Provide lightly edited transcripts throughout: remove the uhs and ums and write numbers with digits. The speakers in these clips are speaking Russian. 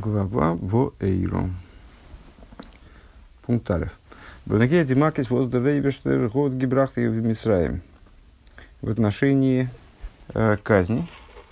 Глава Воэйро. Пункт Алеф. Бонакея Димакис воздерейбештер год гибрахты в Мисраим. В отношении казни,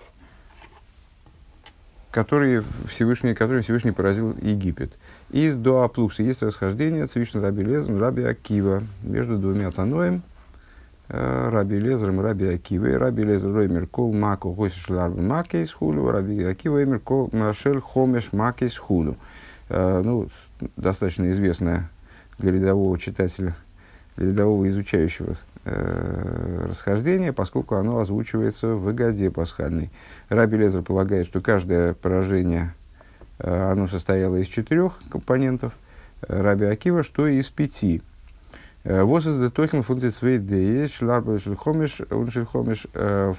которые Всевышний поразил Египет. Из Доаплукса есть расхождение Всевышнего Раби Лезера и Раби Акива между двумя Таноем, Раби Лезером и Раби Акивой. Раби Лезер роймер кол маку гойсиш ларб макейс хулю, Раби Акива роймер кол машель хомеш макейс хулю. Достаточно известное для рядового читателя, для рядового изучающего расхождение, поскольку оно озвучивается в Агаде пасхальной. Раби Лезер полагает, что каждое поражение оно состояло из 4 компонентов, Раби Акива, что из 5. Вот это токен функции цвейдеи, шларба шельхомиш, уншельхомиш,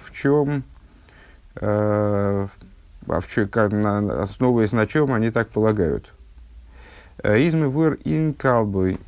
основываясь на чем они так полагают. Измы вуэр ин калбой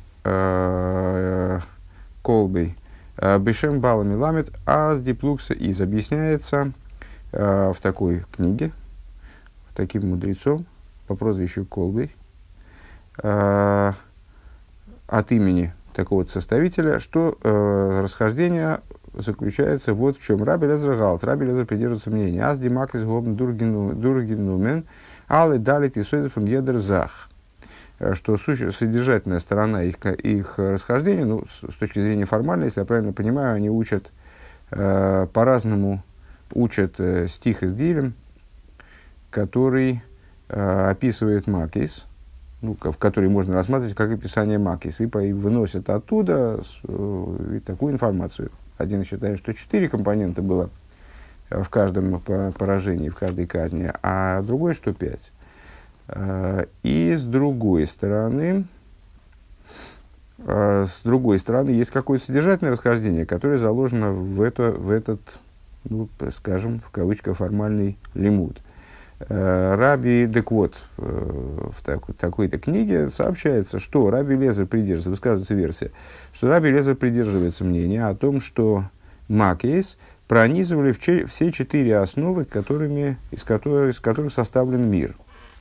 колбой бешем балами ламет аз диплукса из объясняется в такой книге таким мудрецом по прозвищу Колбей от имени такого составителя, что расхождение заключается вот в чем. Раби Лезер галт. Раби Лезер придерживается мнения. Аз димакис гобн дургинумен, але далит и сойдефун едер зах. Что содержательная сторона их расхождения, с точки зрения формальной, если я правильно понимаю, они учат по-разному, учат стих из Дилем, который описывает Макис, в который можно рассматривать как описание Макис, и выносят оттуда такую информацию. Один считает, что 4 компонента было в каждом поражении, в каждой казни, а другой, что 5. И с другой стороны, есть какое-то содержательное расхождение, которое заложено в этот, скажем, в кавычках, формальный лимуд. Так вот, в такой-то книге сообщается, что Раби Лезер высказывается версия, что Раби Лезер придерживается мнения о том, что Макейс пронизывали все 4 основы, из которых составлен мир.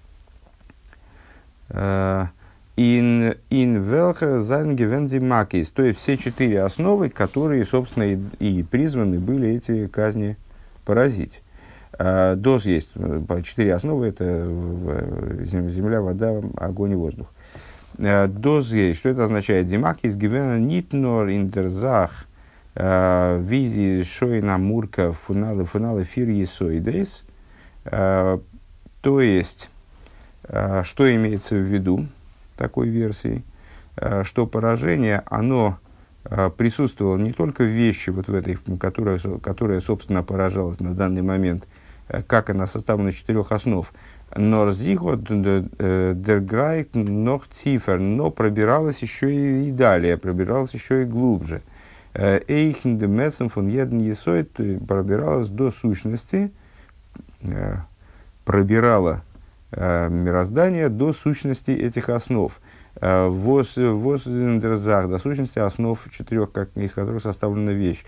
In welcher sein gewesen die Makis, то есть все 4 основы, которые, собственно, и призваны были эти казни поразить. Доз есть, 4 основы, это земля, вода, огонь и воздух. Доз есть, что это означает? Димакис gewesen nicht nur in der Sach, wie sie schön am Murka фуналы 4 Jesoides, то есть, что имеется в виду такой версии, что поражение, оно присутствовало не только в вещи, вот в этой, которая, собственно, поражалась на данный момент, как она составлена из 4 основ, но пробиралась еще и далее, пробиралась еще и глубже. Пробиралась до сущности, пробирала мироздание до сущности этих основ. До сущности основ 4, из которых составлена вещь.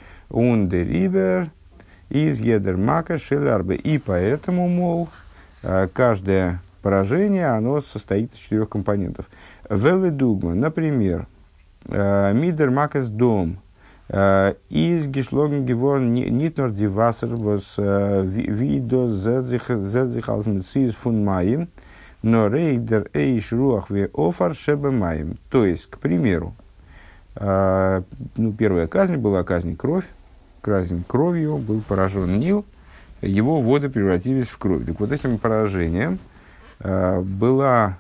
Из едермака шелярбе. И поэтому, мол, каждое поражение, оно состоит из 4 компонентов. Веледугма, например, мидермакас дом. Из гешлоген геворн нитнор дивасер вос видо зедзих алзмецис фун маим, но рейдер эйш руах ве офар шебе маим. То есть, к примеру, первая казнь была казнь кровь. Казнь кровью был поражен Нил, его воды превратились в кровь. Так вот этим поражением была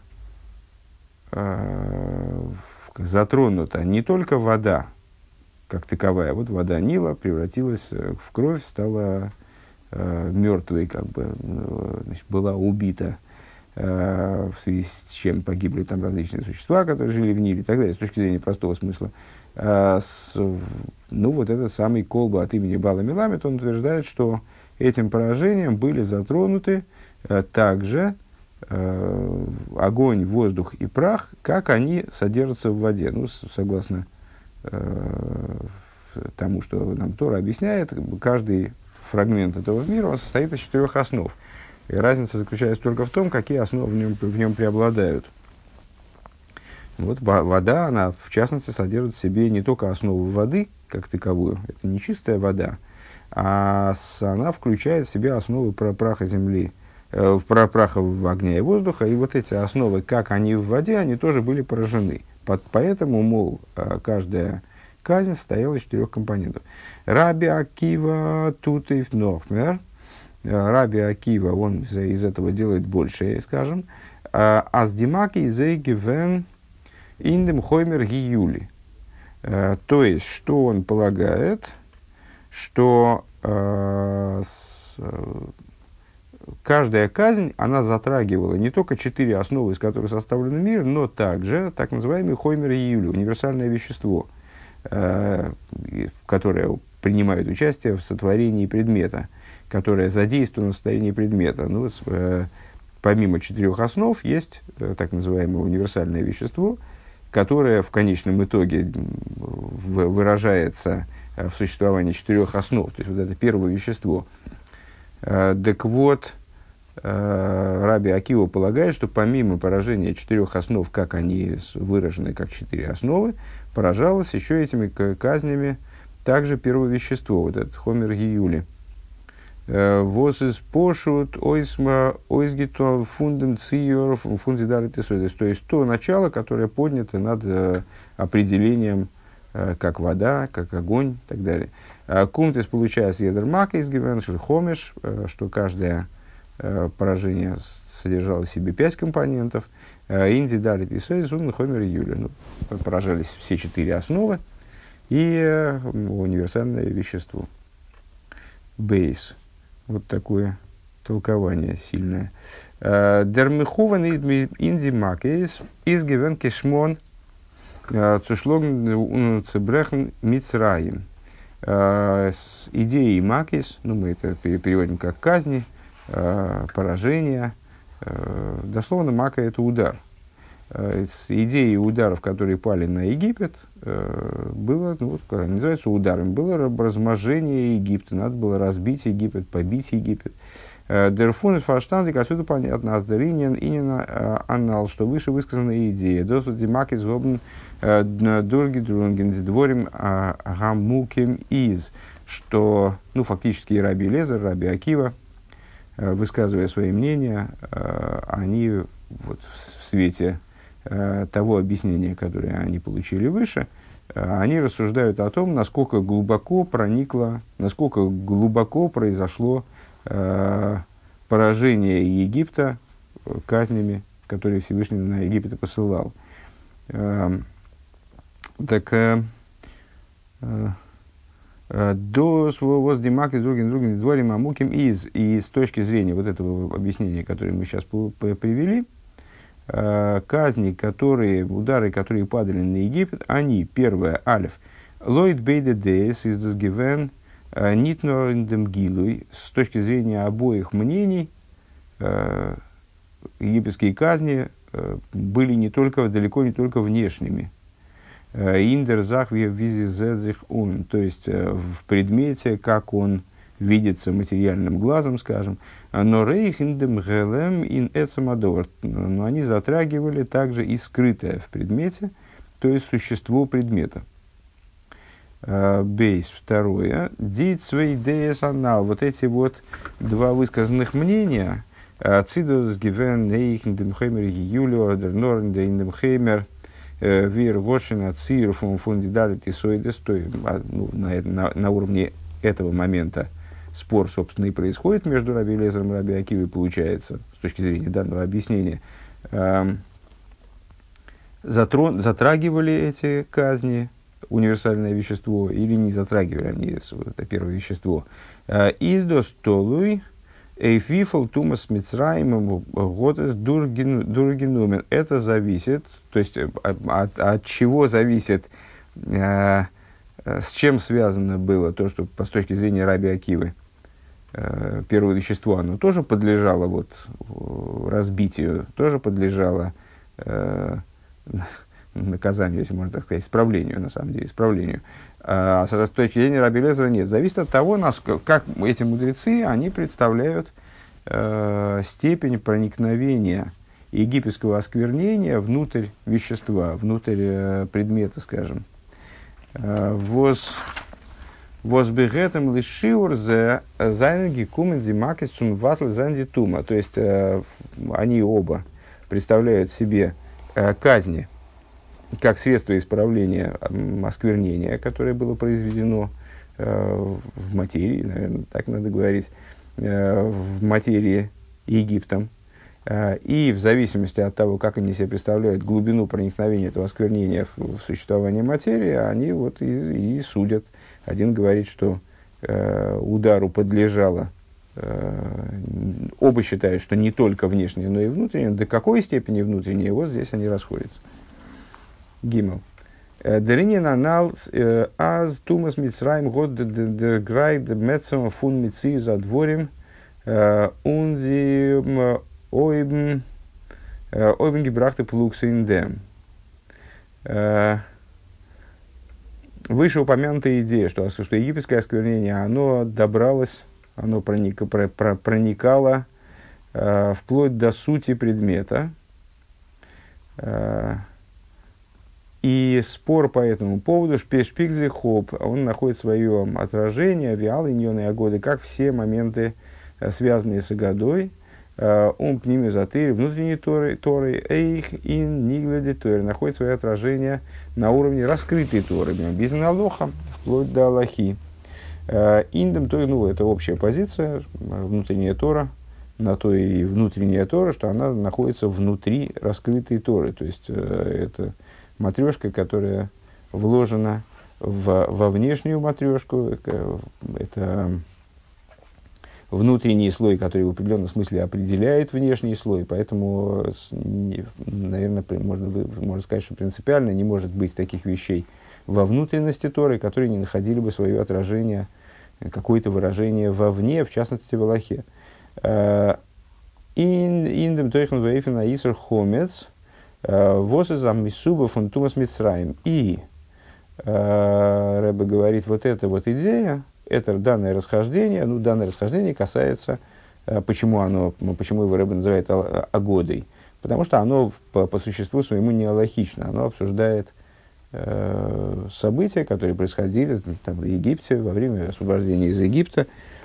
затронута не только вода как таковая. Вот вода Нила превратилась в кровь, стала мертвой, была убита, в связи с чем погибли там различные существа, которые жили в Ниле и так далее, с точки зрения простого смысла. Вот этот самый Колба от имени Бала Миламет, он утверждает, что этим поражением были затронуты также огонь, воздух и прах, как они содержатся в воде. Согласно тому, что нам Тора объясняет, каждый фрагмент этого мира он состоит из 4 основ. И разница заключается только в том, какие основы в нем преобладают. Вот вода, она в частности содержит в себе не только основу воды, как таковую, это не чистая вода, а она включает в себя основы праха земли, праха огня и воздуха, и вот эти основы, как они в воде, они тоже были поражены. Поэтому, мол, каждая казнь состояла из 4 компонентов. Раби Акива тут и Нохмер. Раби Акива, он из этого делает больше, скажем. Аздимаки зейгивен индем хоймер гиюли. То есть, что он полагает, что каждая казнь, она затрагивала не только 4 основы, из которых составлен мир, но также так называемый хоймер гиюли, универсальное вещество, которое принимает участие в сотворении предмета, которое задействовано в сотворении предмета. Ну, помимо 4 основ есть так называемое универсальное вещество, которое в конечном итоге выражается в существовании 4 основ. То есть, вот это первое вещество. Так вот, Раби Акива полагает, что помимо поражения 4 основ, как они выражены как 4 основы, поражалось еще этими казнями также первое вещество, вот этот хомер гиюли. Вос из пошут ойсма ойсгито фундем циоров фундидаритисойдес. То есть то начало, которое поднято над определением, как вода, как огонь и так далее. Кумтис получается ядермака из гивеншер хомеш, что каждое поражение содержало в себе 5 компонентов. Инди даритисойдес он хомер юля. Ну, поражались все 4 основы и универсальное вещество. Бейс. Вот такое толкование сильное. Дермихован инди макейс из гивен кешмон цушлогн цебрехн мицраим. С идеей макейс, ну мы это переводим как казни, поражения. Дословно мака это удар. С идеей ударов, которые пали на Египет, было, ну, вот, как называется ударом, было размножение Египта, надо было разбить Египет, побить Египет. Дерфун фаштандик, отсюда понятно, аздаринин инина анал, что выше высказанная идея. Досу димаки злобн дурги друнген дворим гамуким из, что, ну, фактически и Раби Элиэзер, Раби Акива, высказывая свои мнения, они вот в свете того объяснения, которое они получили выше, они рассуждают о том, насколько глубоко произошло поражение Египта казнями, которые Всевышний на Египет посылал. До своего димаки другим дворим амуким из. И с точки зрения вот этого объяснения, которое мы сейчас привели, казни, удары, которые падали на Египет, они, первое, алиф, лойд бейде дейс из досгивен нитнорндем гилуй, с точки зрения обоих мнений, египетские казни были далеко не только внешними. Индер зах визи зедзих ун, то есть в предмете, как он видится материальным глазом, скажем, но рейх индем гелем ин эцамадор, но они затрагивали также и скрытое в предмете, то есть существо предмета. Бейс, второе. Дитсвей деес анал. Вот эти вот 2 высказанных мнения. Цидос гивен эйх индем хеймер гиюлио дернорн де индем хеймер вир вошина цир фундидалит и сойдес. То есть на уровне этого момента спор, собственно, и происходит между Раби Элиэзером и Раби Акивой, получается, с точки зрения данного объяснения. Затрагивали эти казни универсальное вещество или не затрагивали они это первое вещество. Издос толуй эйфифл тумас мицраимом готес дургинумен. Это зависит, то есть от чего зависит, с чем связано было то, что с точки зрения Раби Акивы первое вещество, оно тоже подлежало разбитию, тоже подлежало наказанию, если можно так сказать, исправлению, на самом деле, исправлению. А с точки зрения Раби Элиэзера нет. Зависит от того, как эти мудрецы, они представляют степень проникновения египетского осквернения внутрь вещества, внутрь предмета, скажем. Возбегетем лишиур за зайнги кумен зимакис цум ватл занди тума. То есть они оба представляют себе казни как средство исправления осквернения, которое было произведено в материи, наверное, так надо говорить, в материи Египтом. И в зависимости от того, как они себе представляют глубину проникновения этого осквернения в существование материи, они вот и судят. Один говорит, что удару подлежало, оба считают, что не только внешнее, но и внутреннее. До какой степени внутреннее, вот здесь они расходятся. Гимел. Деринин аналз аз тумас мицраим год деграйд мецем фун мици за дворем унзи ойбен гебрахте плукс индем. Вышеупомянутая идея, что египетское осквернение, оно добралось, оно проникало вплоть до сути предмета. И спор по этому поводу, шпешпикзе хоп, он находит свое отражение, виал и ньоны агоды, как все моменты, связанные с агодой, пнимизатырь, внутренней торы, эйх ин нигляди торы, находит свое отражение на уровне раскрытой торы, без налоха, вплоть до аллахи. Индем, это общая позиция, внутренняя тора, на то и внутренняя тора, что она находится внутри раскрытой торы, то есть это матрешка, которая вложена во внешнюю матрешку, это внутренний слой, который в определенном смысле определяет внешний слой, поэтому, наверное, можно сказать, что принципиально не может быть таких вещей во внутренности Торы, которые не находили бы свое отражение, какое-то выражение вовне, в частности в Аллахе. Индем тойхан вейфен аиср хомец восызам мисуба фон тумас мицраим. И Рэбе говорит, вот эта вот идея, это данное расхождение, данное расхождение касается, почему его Рэбе называет агодой, потому что оно по существу своему не аллахично, оно обсуждает события, которые происходили там, в Египте во время освобождения из Египта.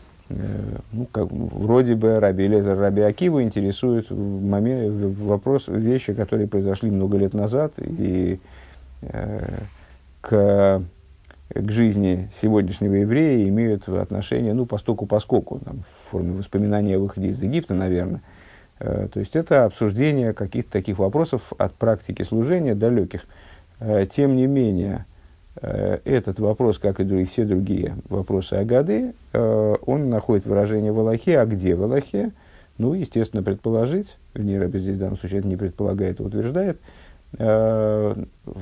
Вроде бы Раби Элиэзер, Раби Акиву интересует вещи, которые произошли много лет назад, и к жизни сегодняшнего еврея имеют отношение, поскольку, там, в форме воспоминания о выходе из Египта, наверное. То есть это обсуждение каких-то таких вопросов от практики служения далеких. Тем не менее, этот вопрос, как и все другие вопросы Агады, он находит выражение в Аллахе. А где в Аллахе? Естественно, предположить, Рэбе здесь в данном случае это не предполагает, а утверждает, в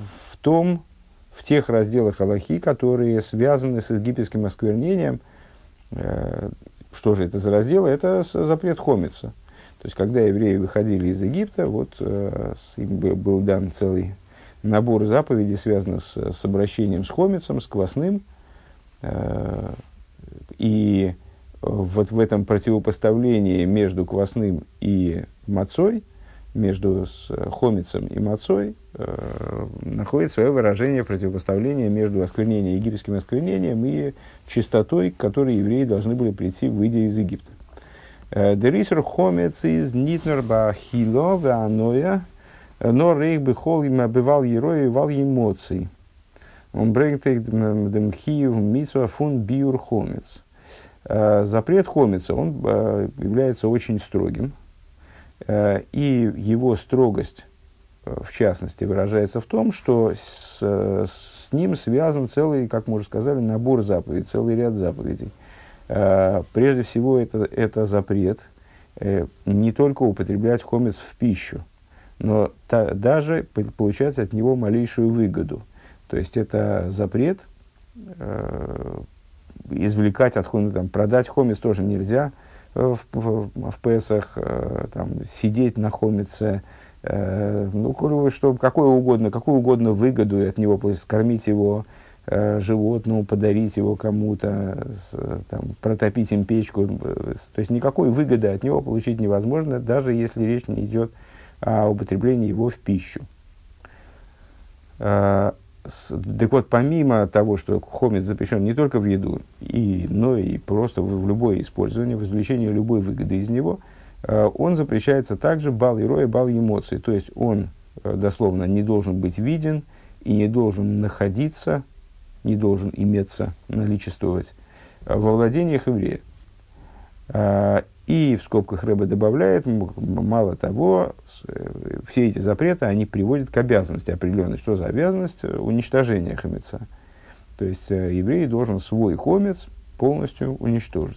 тех разделах Аллахи, которые связаны с египетским осквернением. Что же это за разделы? Это запрет хомица. То есть, когда евреи выходили из Египта, им был дан целый набор заповедей, связанных с обращением с хомицем, с квасным. И вот в этом противопоставлении между квасным и мацой, между хомицем и мацой, находит свое выражение противопоставления между осквернением, египетским осквернением и чистотой, к которой евреи должны были прийти, выйдя из Египта. Дерисер хомец из нитнер бахило ваноя, но рейх бихол им обывал ерои вал эмоций. Он брейгтейк демхиев митсва фун биур хомец. Запрет хомица, он является очень строгим. И его строгость, в частности, выражается в том, что с ним связан целый, как мы уже сказали, набор заповедей, целый ряд заповедей. Прежде всего, это запрет не только употреблять хомец в пищу, но даже получать от него малейшую выгоду. То есть, это запрет извлекать от хомица, продать хомец тоже нельзя в Песах, сидеть на хомице, какую угодно выгоду от него, кормить его животному, подарить его кому-то, там, протопить им печку. То есть никакой выгоды от него получить невозможно, даже если речь не идет о употреблении его в пищу. Так вот, помимо того, что хомец запрещен не только в еду, но и просто в любое использование, в извлечении любой выгоды из него, он запрещается также бал и роя, бал эмоций. То есть он дословно не должен быть виден и не должен находиться, не должен иметься, наличествовать во владениях еврея. И в скобках Рэбе добавляет, мало того, все эти запреты, они приводят к обязанности определенной. Что за обязанность? Уничтожение хомеца. То есть еврей должен свой хомец полностью уничтожить.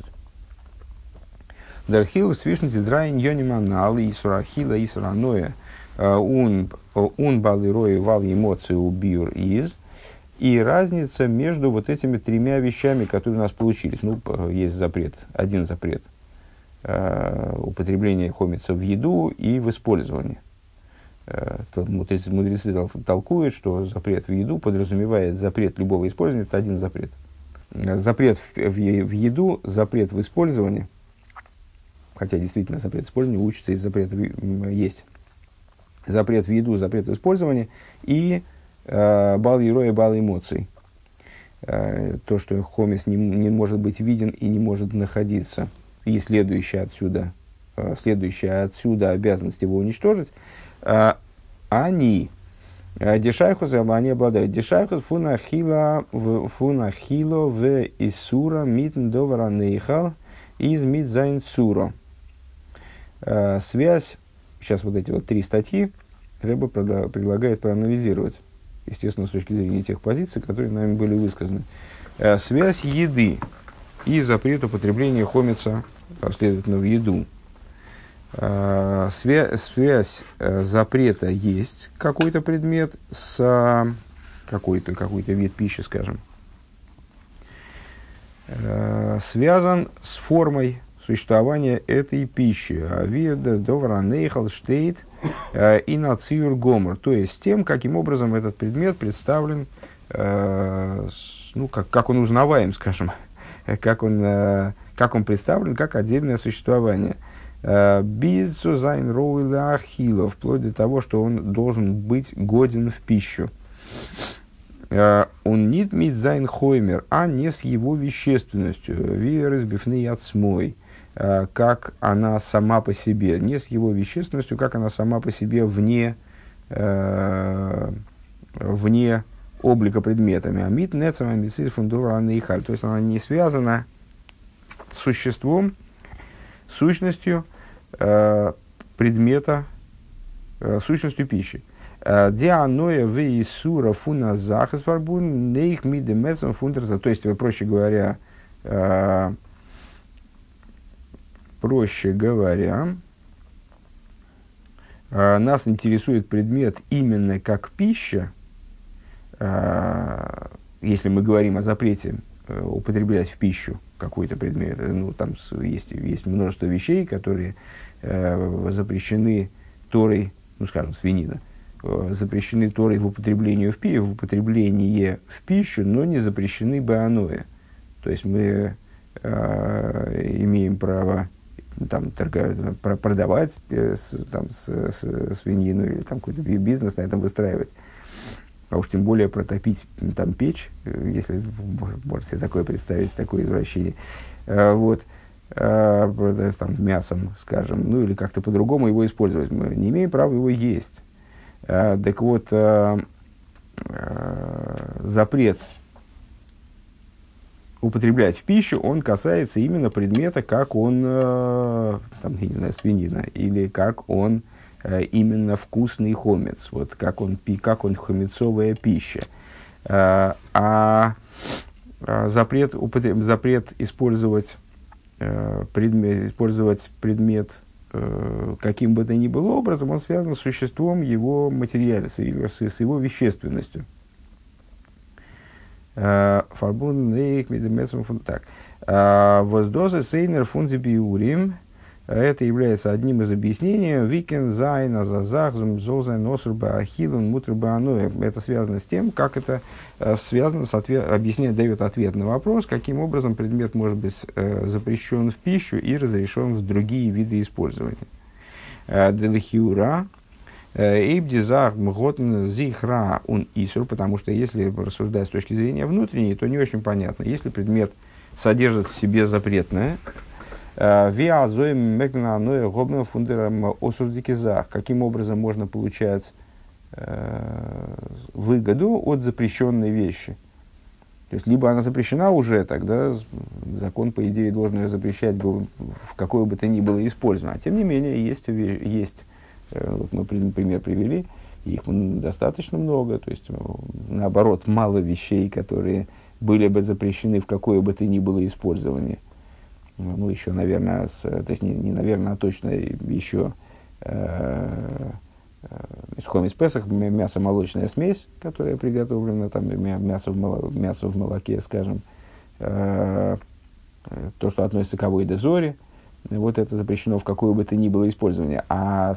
Дархил свишнути драйн йониманал и сурахила и сураноя ун балырой вал эмоцию убьюр из. И разница между вот этими тремя вещами, которые у нас получились. Ну, есть запрет, один запрет. Употребление хомеца в еду и в использовании. Мудрецы толкуют, что запрет в еду подразумевает запрет любого использования, это один запрет. Запрет в еду, запрет в использовании, хотя действительно запрет в использовании учится, из запрета есть. Запрет в еду, запрет в использовании и бал ероя, бал эмоций. То, что хомец не может быть виден и не может находиться. И следующая отсюда обязанность его уничтожить, они дешайхус, они обладают дешайхус фунахило в исура митн довара нейхал из митзайн сура. Связь, сейчас вот эти вот три статьи Рэбе предлагает проанализировать, естественно, с точки зрения тех позиций, которые нами были высказаны. Связь еды и запрет употребления хомеца, следовательно, в еду. Связь запрета есть какой-то предмет с какой-то вид пищи, скажем, связан с формой существования этой пищи. Авида довара нейхал штейт и нациюр гомор. То есть с тем, каким образом этот предмет представлен, ну, как он узнаваем, скажем, как он представлен как отдельное существование. Бизцузайн роула ахило, вплоть до того, что он должен быть годен в пищу. Он нит митзайн хоймер, а не с его вещественностью. Вирес бифный отсмой, как она сама по себе. Не с его вещественностью, как она сама по себе вне облика предметами. А мит нецам амбицир фундура анейхаль. То есть она не связана с существом, сущностью предмета, сущностью пищи. Дианоя в Иисура фуна захас фарбун нейх мидемесом фундерза. То есть, проще говоря, нас интересует предмет именно как пища, если мы говорим о запрете употреблять в пищу какой-то предмет. Ну, там есть множество вещей, которые запрещены Торой, ну, скажем, свинина, запрещены Торой в употреблении в пищу, но не запрещены бааноэ. То есть мы имеем право там, продавать свинину или там, какой-то бизнес на этом выстраивать. А уж тем более протопить там печь, если можете себе такое представить, такое извращение. Вот. Там, мясом, скажем, ну или как-то по-другому его использовать. Мы не имеем права его есть. Так вот, запрет употреблять в пищу, он касается именно предмета, как он, там, я не знаю, свинина, или как он именно вкусный хомец, вот как он хомецовая пища. Запрет использовать предмет каким бы то ни было образом, он связан с существом его материала, с его вещественностью. Так. Воздозы сейнер фунзи биурим Это является одним из объяснений «Викен зайн азазах золзайн осурба ахилун мутрба аноэ». Это связано с тем, как это связано с объяснение дает ответ на вопрос, каким образом предмет может быть запрещен в пищу и разрешен в другие виды использования. Делихиура эйбдизах мготн зихра ун исур, потому что если рассуждать с точки зрения внутренней, то не очень понятно. Если предмет содержит в себе запретное, каким образом можно получать выгоду от запрещенной вещи. То есть, либо она запрещена уже, тогда закон, по идее, должен ее запрещать в какое бы то ни было использование. А тем не менее, есть вот мы пример привели, их достаточно много, то есть, наоборот, мало вещей, которые были бы запрещены в какое бы то ни было использование. Ну, еще, наверное, то есть, не наверное, а точно еще хомец Песах, мясо-молочная смесь, которая приготовлена, там, мясо в молоке, скажем, то, что относится к авойде зори, вот это запрещено в какое бы то ни было использование. А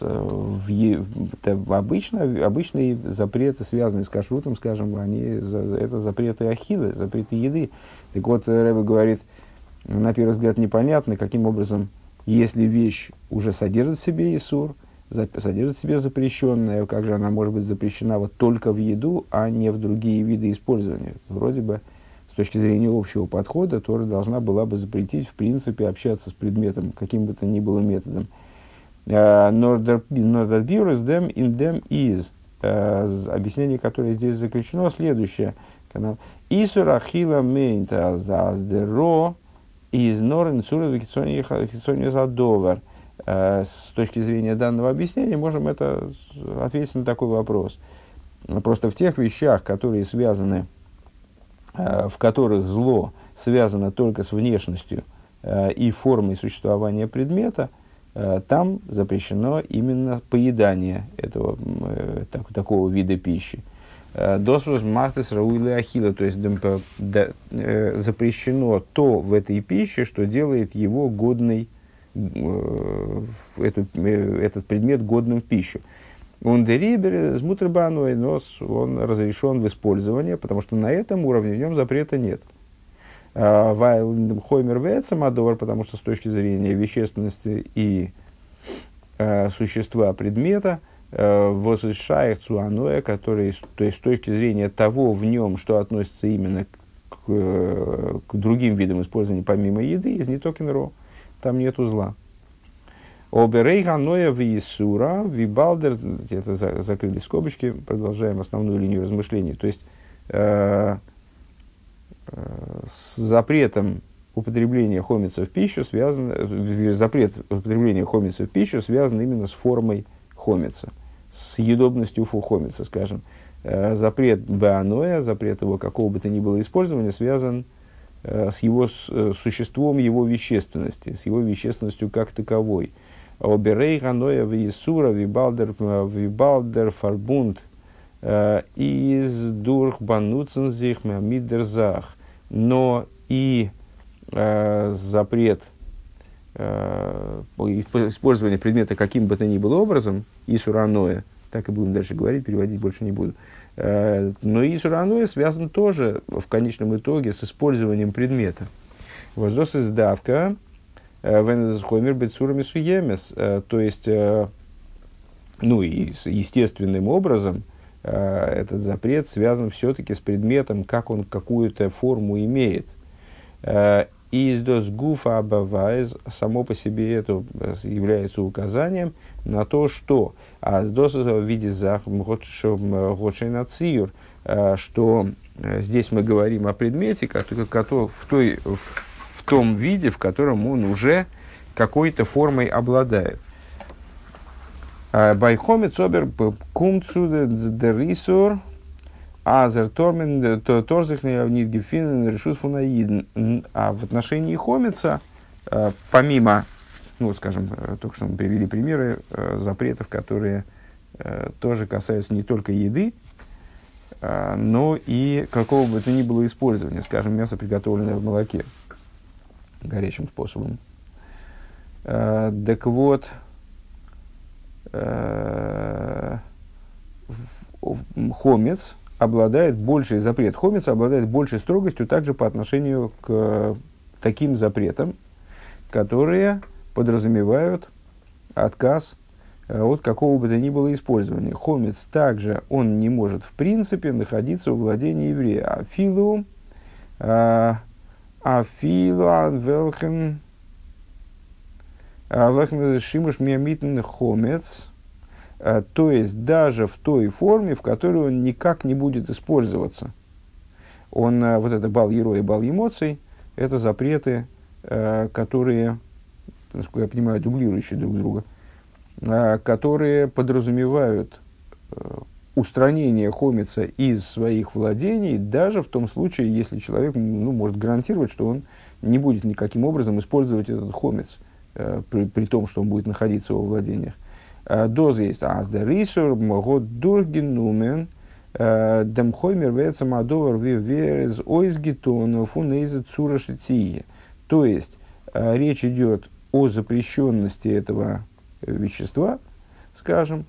обычные запреты, связанные с кашрутом, скажем, это запреты ахилы, запреты еды. Так вот, Ребе говорит, на первый взгляд непонятно, каким образом, если вещь уже содержит в себе исур, содержит в себе запрещенное, как же она может быть запрещена вот только в еду, а не в другие виды использования. Вроде бы, с точки зрения общего подхода, Тора должна была бы запретить, в принципе, общаться с предметом, каким бы то ни было методом. Объяснение, которое здесь заключено, следующее. Исур ахила мейнта заздеро из норен суры хитсони задовар. С точки зрения данного объяснения можем ответить на такой вопрос. Просто в тех вещах, которые связаны, в которых зло связано только с внешностью и формой существования предмета, там запрещено именно поедание такого вида пищи. Досвус махтес рауилы ахила, то есть запрещено то в этой пище, что делает его годной, этот предмет годным в пищу. Он дерибер смутрбаной, но он разрешен в использовании, потому что на этом уровне в нем запрета нет. Вайл хоймер вецамадовар, потому что с точки зрения вещественности и существа предмета, возышаях цуаноя, который, то есть с точки зрения того в нем, что относится именно к другим видам использования помимо еды, из нетокенро, там нету зла. Оберейга ноя виисура вибалдер, это закрыли скобочки, продолжаем основную линию размышлений. То есть с запретом употребления хомица в пищу запрет употребления хомица в пищу связан именно с формой хомица, с съедобностью хомица, скажем. Запрет беаноя, запрет его какого бы то ни было использования, связан с его существом, его вещественности, с его вещественностью как таковой. Оберей ганоя виисура вибалдер фарбунд из дурх бануцензих мидерзах. Но и запрет использования предмета каким бы то ни было образом, исураноя, так и будем дальше говорить, переводить больше не буду. Но исураноя связан тоже в конечном итоге с использованием предмета. Воздос издавка венезхомер бецурами суемес, то есть, ну и естественным образом этот запрет связан все-таки с предметом, как он какую-то форму имеет. Из досгуфа абавайз само по себе это является указанием на то, что в виде захмготшейнациюр, что здесь мы говорим о предмете, в том виде, в котором он уже какой-то формой обладает. Байхоме цобер кумцу дерисур азер тормен торзых нидгефин решут фунаидн. А в отношении хомица, помимо, ну, скажем, только что мы привели примеры запретов, которые тоже касаются не только еды, но и какого бы то ни было использования, скажем, мясо, приготовленное в молоке горячим способом. Так вот, хомец обладает большей, запрет хомеца обладает большей строгостью также по отношению к таким запретам, которые подразумевают отказ от какого бы то ни было использования. Хомец также, он не может в принципе находиться в владении еврея. Афилу велхен шимуш миамитн хомец, то есть даже в той форме, в которой он никак не будет использоваться. Он, вот это бал еро и бал эмоций, это запреты, которые, насколько я понимаю, дублирующие друг друга, которые подразумевают устранение хомеца из своих владений, даже в том случае, если человек может гарантировать, что он не будет никаким образом использовать этот хомец, при том, что он будет находиться во владениях. Доза есть аздерисур, могут дургенумен, демхоймер вецамадовар виверез ойзгитон фунейзе цурашитие. То есть, речь идет о запрещенности этого вещества, скажем,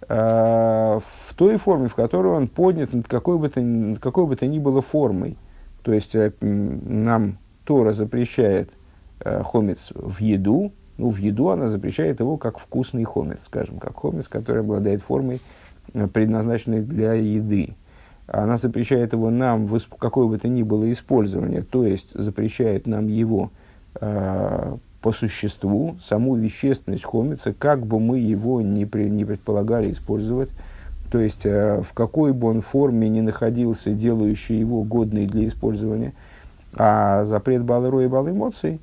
в той форме, в которой он поднят над какой бы то ни было формой. То есть, нам Тора запрещает хомец в еду, в еду она запрещает его как вкусный хомец, скажем, как хомец, который обладает формой, предназначенной для еды. Она запрещает его нам в какое бы то ни было использование, то есть запрещает нам его по существу, саму вещественность хомеца, как бы мы его не предполагали использовать, то есть в какой бы он форме ни находился, делающий его годной для использования. А запрет бал-эро и бал-эмоций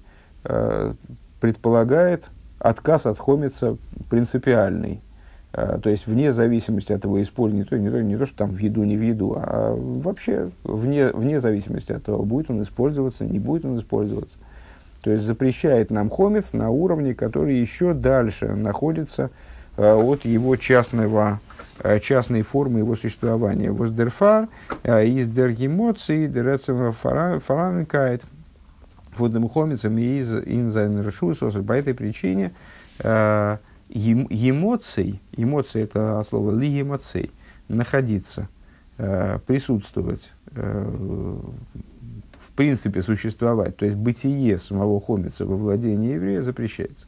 предполагает отказ от хомеца принципиальный, то есть вне зависимости от его использования, не то, что там в еду, не в еду, а вообще вне зависимости от того, будет он использоваться, не будет он использоваться. То есть запрещает нам хомец на уровне, который еще дальше находится от его частной формы его существования. Воздерфар из дергемоций дерецем фаранкайт водным хомицем из инзайн решусос. По этой причине эмоций, эмоции это от слова ли эмоций, находиться, присутствовать, в принципе существовать, то есть бытие самого хомица во владении еврея запрещается.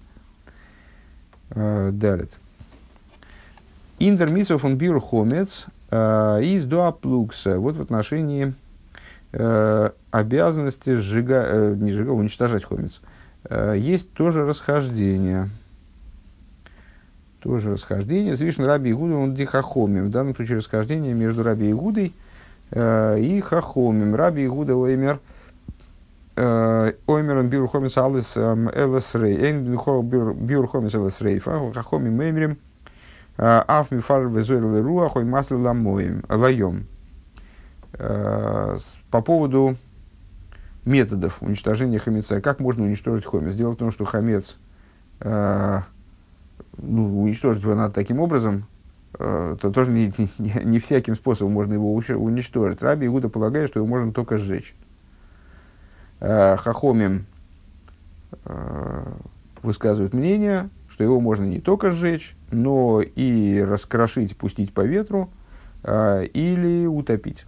Далее. Индер мисов он бир хомец из дуаплукса. Вот в отношении обязанности уничтожать хомец. Есть тоже расхождение. Звишн Раби Игуда он дихахомим. В данном случае расхождение между Раби Игудой и хахомим. Раби Игуда оймер оймером бир хомец алис элэсрей. Эн бир хомец элэсрей. Хахомим оймерем аф мифар везуэр леруах ой масло лаем. По поводу методов уничтожения хамеца. Как можно уничтожить хомец? Дело в том, что хамец, уничтожить его надо таким образом, то тоже не всяким способом можно его уничтожить. Раби Игуда полагает, что его можно только сжечь. Хахомим высказывают мнение, что его можно не только сжечь, но и раскрошить, пустить по ветру или утопить.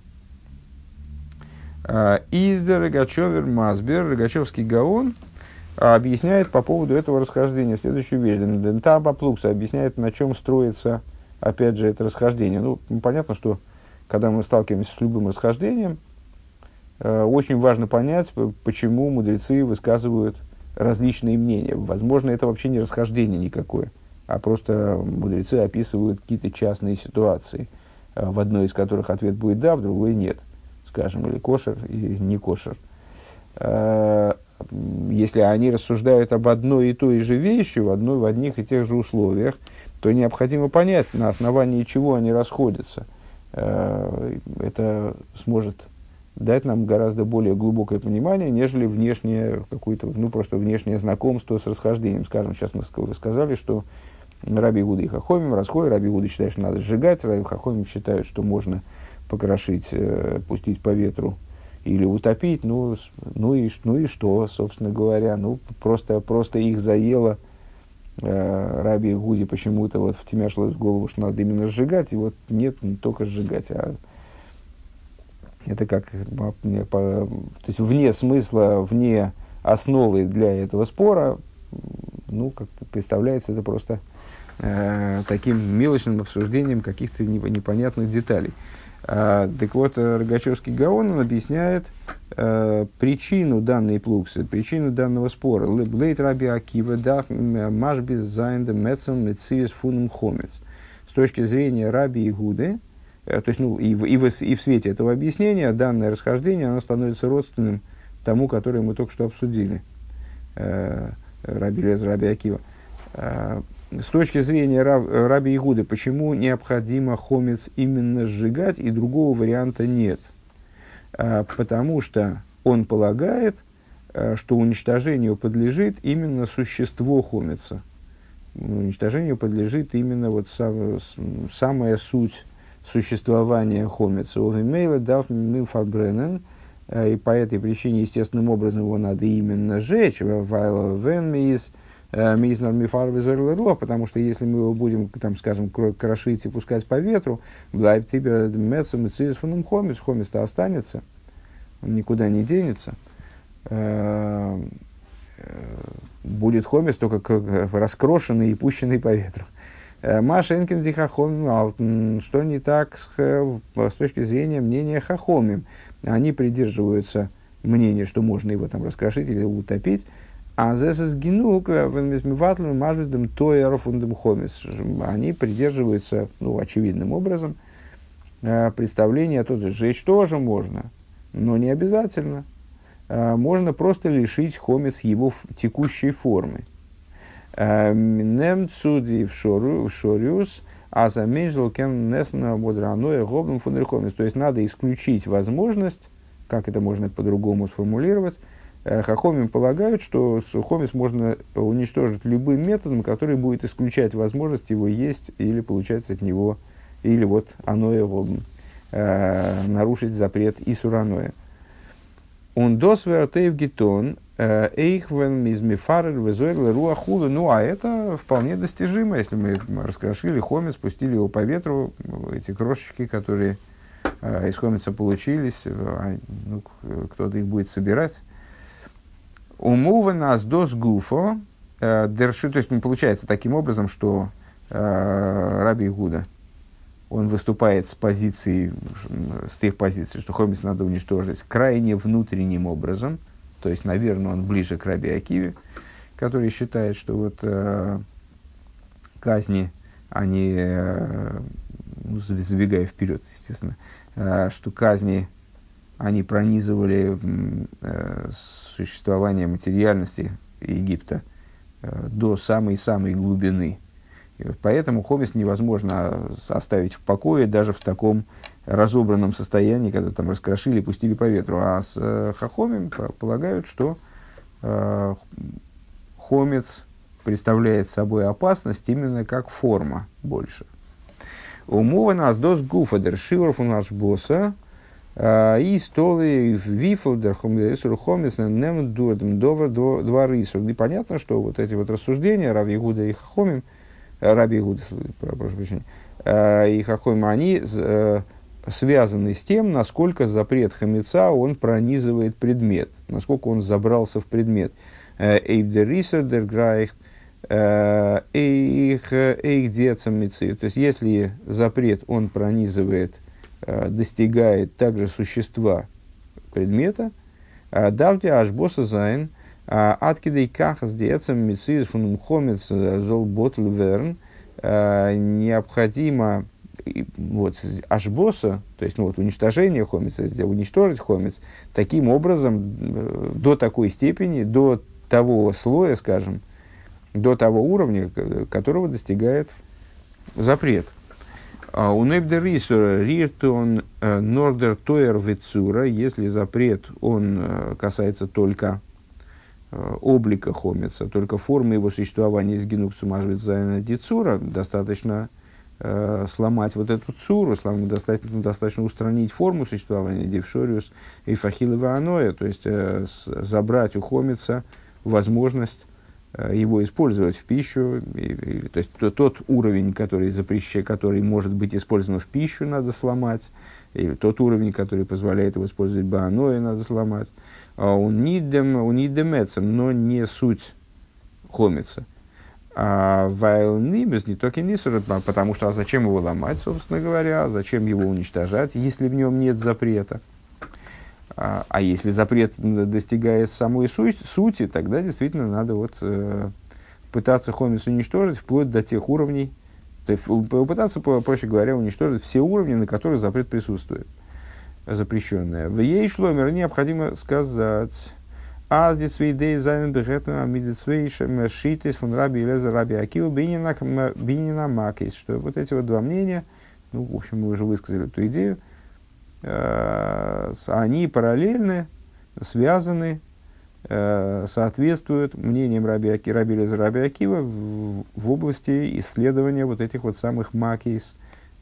Издер Рогачевер Масбер, Рогачевский Гаон, объясняет по поводу этого расхождения следующую вещь. Дентаба Плукса объясняет, на чем строится, опять же, это расхождение. Понятно, что когда мы сталкиваемся с любым расхождением, очень важно понять, почему мудрецы высказывают различные мнения. Возможно, это вообще не расхождение никакое, а просто мудрецы описывают какие-то частные ситуации, в одной из которых ответ будет «да», в другой «нет». Скажем, или кошер, или не кошер. Если они рассуждают об одной и той же вещи, в одних и тех же условиях, то необходимо понять, на основании чего они расходятся. Это сможет дать нам гораздо более глубокое понимание, нежели внешнее, какое-то, просто внешнее знакомство с расхождением. Скажем, сейчас мы сказали, что Раби Игуда и Хахомим расходят. Раби Игуда считает, что надо сжигать, Раби Хахомим считают, что можно покрошить, пустить по ветру или утопить, и что, собственно говоря, просто их заело Раби Гуди почему-то вот втемяшилось в голову, что надо именно сжигать, и вот нет, не только сжигать, а это как, то есть вне смысла, вне основы для этого спора, ну, как-то представляется это просто таким мелочным обсуждением каких-то непонятных деталей. Так вот, Рогачевский Гаон он объясняет причину данной плуксы, причину данного спора. Лейт Раби Акива дах машбис зайнда мецам мециес фунум хомец. С точки зрения Раби Игуды, то есть, ну, и в свете этого объяснения данное расхождение оно становится родственным тому, которое мы только что обсудили. Раби Лезер, Раби Акива. С точки зрения Раби Игуды, почему необходимо хомец именно сжигать, и другого варианта нет? Потому что он полагает, что уничтожению подлежит именно существо хомеца. Уничтожению подлежит именно вот самая суть существования хомеца. И по этой причине, естественным образом, его надо именно сжечь, потому что если мы его будем, там, скажем, крошить и пускать по ветру, хомец-то останется, он никуда не денется. Будет хомец только раскрошенный и пущенный по ветру. Машенкин дихахомим, что не так с точки зрения мнения хахомим. Они придерживаются мнения, что можно его там раскрошить или утопить. А здесь генук мажвиздем тоеров ундем хомис. Они придерживаются, ну, очевидным образом, представления о том, что сжечь тоже можно, но не обязательно. Можно просто лишить хомис его текущей формы. Немцуди в шориус, а заменьшил кен несна бодраное гобным фундерхомис. То есть надо исключить возможность, как это можно по-другому сформулировать. Хахомим полагают, что хомис можно уничтожить любым методом, который будет исключать возможность его есть или получать от него, или вот аноэ гобным, нарушить запрет исураноэ. Он досвертейв гетон эйхвен мизмифарер везойл руахулы. Ну, а это вполне достижимо, если мы раскрошили хомец, спустили его по ветру, эти крошечки, которые из хомица получились, ну, кто-то их будет собирать. Умува нас дос гуфо дерши, то есть получается таким образом, что Раби Игуда, он выступает с позиции, с тех позиций, что хомец надо уничтожить крайне внутренним образом. То есть, наверное, он ближе к Раби Акиве, который считает, что вот казни, они, ну, забегая вперед, естественно, что казни, они пронизывали существование материальности Египта до самой-самой глубины. И вот поэтому хомец невозможно оставить в покое даже в таком разобранном состоянии, когда там раскрошили и пустили по ветру. А с хахомим полагают, что хомец представляет собой опасность именно как форма больше. Умова нас дос гуфа дер шиворф у нас босса и столы вифлдер хомец нем дурдем довар два рису. И понятно, что вот эти вот рассуждения Раби Игуда и хахомим, Раби Игуда, прошу прощения, и хахомим, они связаны с тем, насколько запрет хамеца, он пронизывает предмет, насколько он забрался в предмет. То есть, если запрет, он пронизывает, достигает также существа предмета, давте аж босса зайн, откидей кахас диэцам мицис фунум хомец зол ботл верн, необходимо вот, ашбоса, то есть, ну, вот, уничтожение хомеца, уничтожить хомец, таким образом, до такой степени, до того слоя, скажем, до того уровня, которого достигает запрет. У Небдерисура Риртон Нордер Тойер Вицура, если запрет, он касается только облика хомеца, только формы его существования из генукцу мажвицайна дицура, достаточно сломать вот эту цуру, достаточно устранить форму существования дившориус и фахилова аноя, то есть забрать у хомеца возможность его использовать в пищу. То есть тот уровень, который может быть использован в пищу, надо сломать. Или тот уровень, который позволяет его использовать бааное, надо сломать. Он нидемецем, но не суть хомица. А вайл нибес не только не сурат, потому что зачем его ломать, собственно говоря, зачем его уничтожать, если в нем нет запрета. А если запрет достигает самой сути, тогда действительно надо пытаться хомис уничтожить вплоть до тех уровней, то есть попытаться, проще говоря, уничтожить все уровни, на которых запрет присутствует, запрещенное. В ей шломер необходимо сказать: «Аз дисвейдей зайнен бегетна амидицвейшем шитис фун раби Элиэзер раби Акива бинина макис», что вот эти вот два мнения, в общем, мы уже высказали эту идею, они параллельны, связаны, соответствуют мнениям раби Элиэзера раби Акива в области исследования вот этих вот самых макис,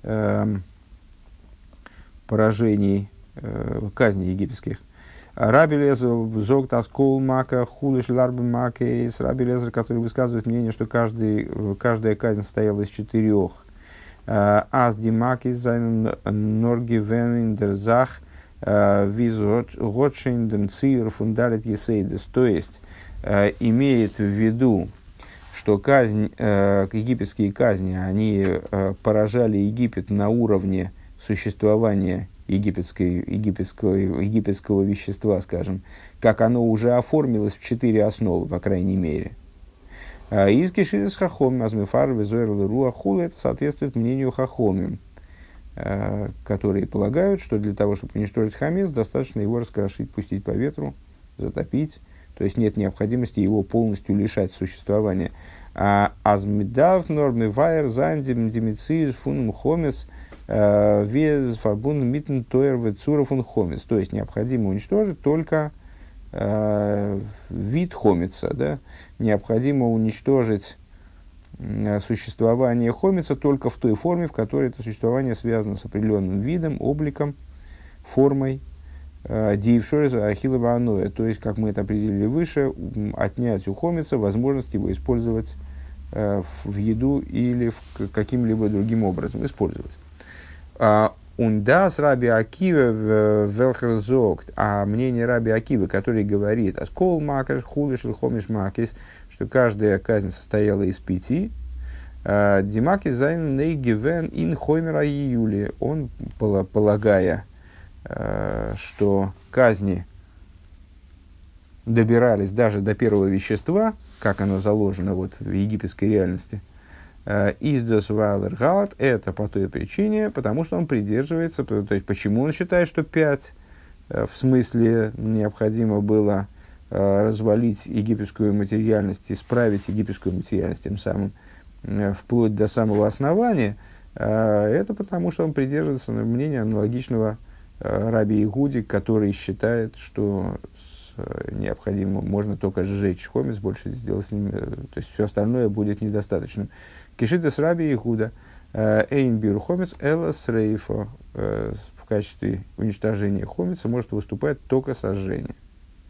поражений, казней египетских. Раби Элиэзер зогт аскол мака хулиш ларбы макис, раби Элиэзер, который высказывает мнение, что каждая казнь состояла из 4. Аз ди макис зайн норги вен ин дер зах виз готшин дем цир фундалет есейдес. То есть, имеет в виду, что египетские казни, они поражали Египет на уровне существования египетского вещества, скажем, как оно уже оформилось в 4 основы, по крайней мере. Из киширис хахом, азмифар, визуэрл, руахул, это соответствует мнению хахомим, которые полагают, что для того, чтобы уничтожить хамец, достаточно его раскрошить, пустить по ветру, затопить, то есть нет необходимости его полностью лишать существования. Азмидав, нормы вайер, зандим, демициз, фунм хомец, вез, фарбун, митн, тойр, вецура, фун хомец. То есть необходимо уничтожить только вид хомица, да? Необходимо уничтожить существование хомица только в той форме, в которой это существование связано с определенным видом, обликом, формой, диевшориза ахилова аноя. То есть, как мы это определили выше, отнять у хомица возможность его использовать в еду или каким-либо другим образом использовать. Ундас раби Акива велхерзогт, а мнение раби Акивы, который говорит: «Аскол макаш хулиш хомиш макис», что каждая казнь состояла из 5. Димаки зайн нейгивен ин хоймера июли. Он, полагая, что казни добирались даже до первого вещества, как оно заложено в египетской реальности, издос вайлергалат, это по той причине, потому что он придерживается, то есть почему он считает, что 5, в смысле необходимо было развалить египетскую материальность, исправить египетскую материальность тем самым вплоть до самого основания, это потому что он придерживается мнения аналогичного раби Игуди, который считает, что необходимо, можно только сжечь хомец, больше сделать с ним, то есть все остальное будет недостаточным. Кишитес раби Игуда эйн бир хомец элас рейфо, в качестве уничтожения хомица может выступать только сожжение.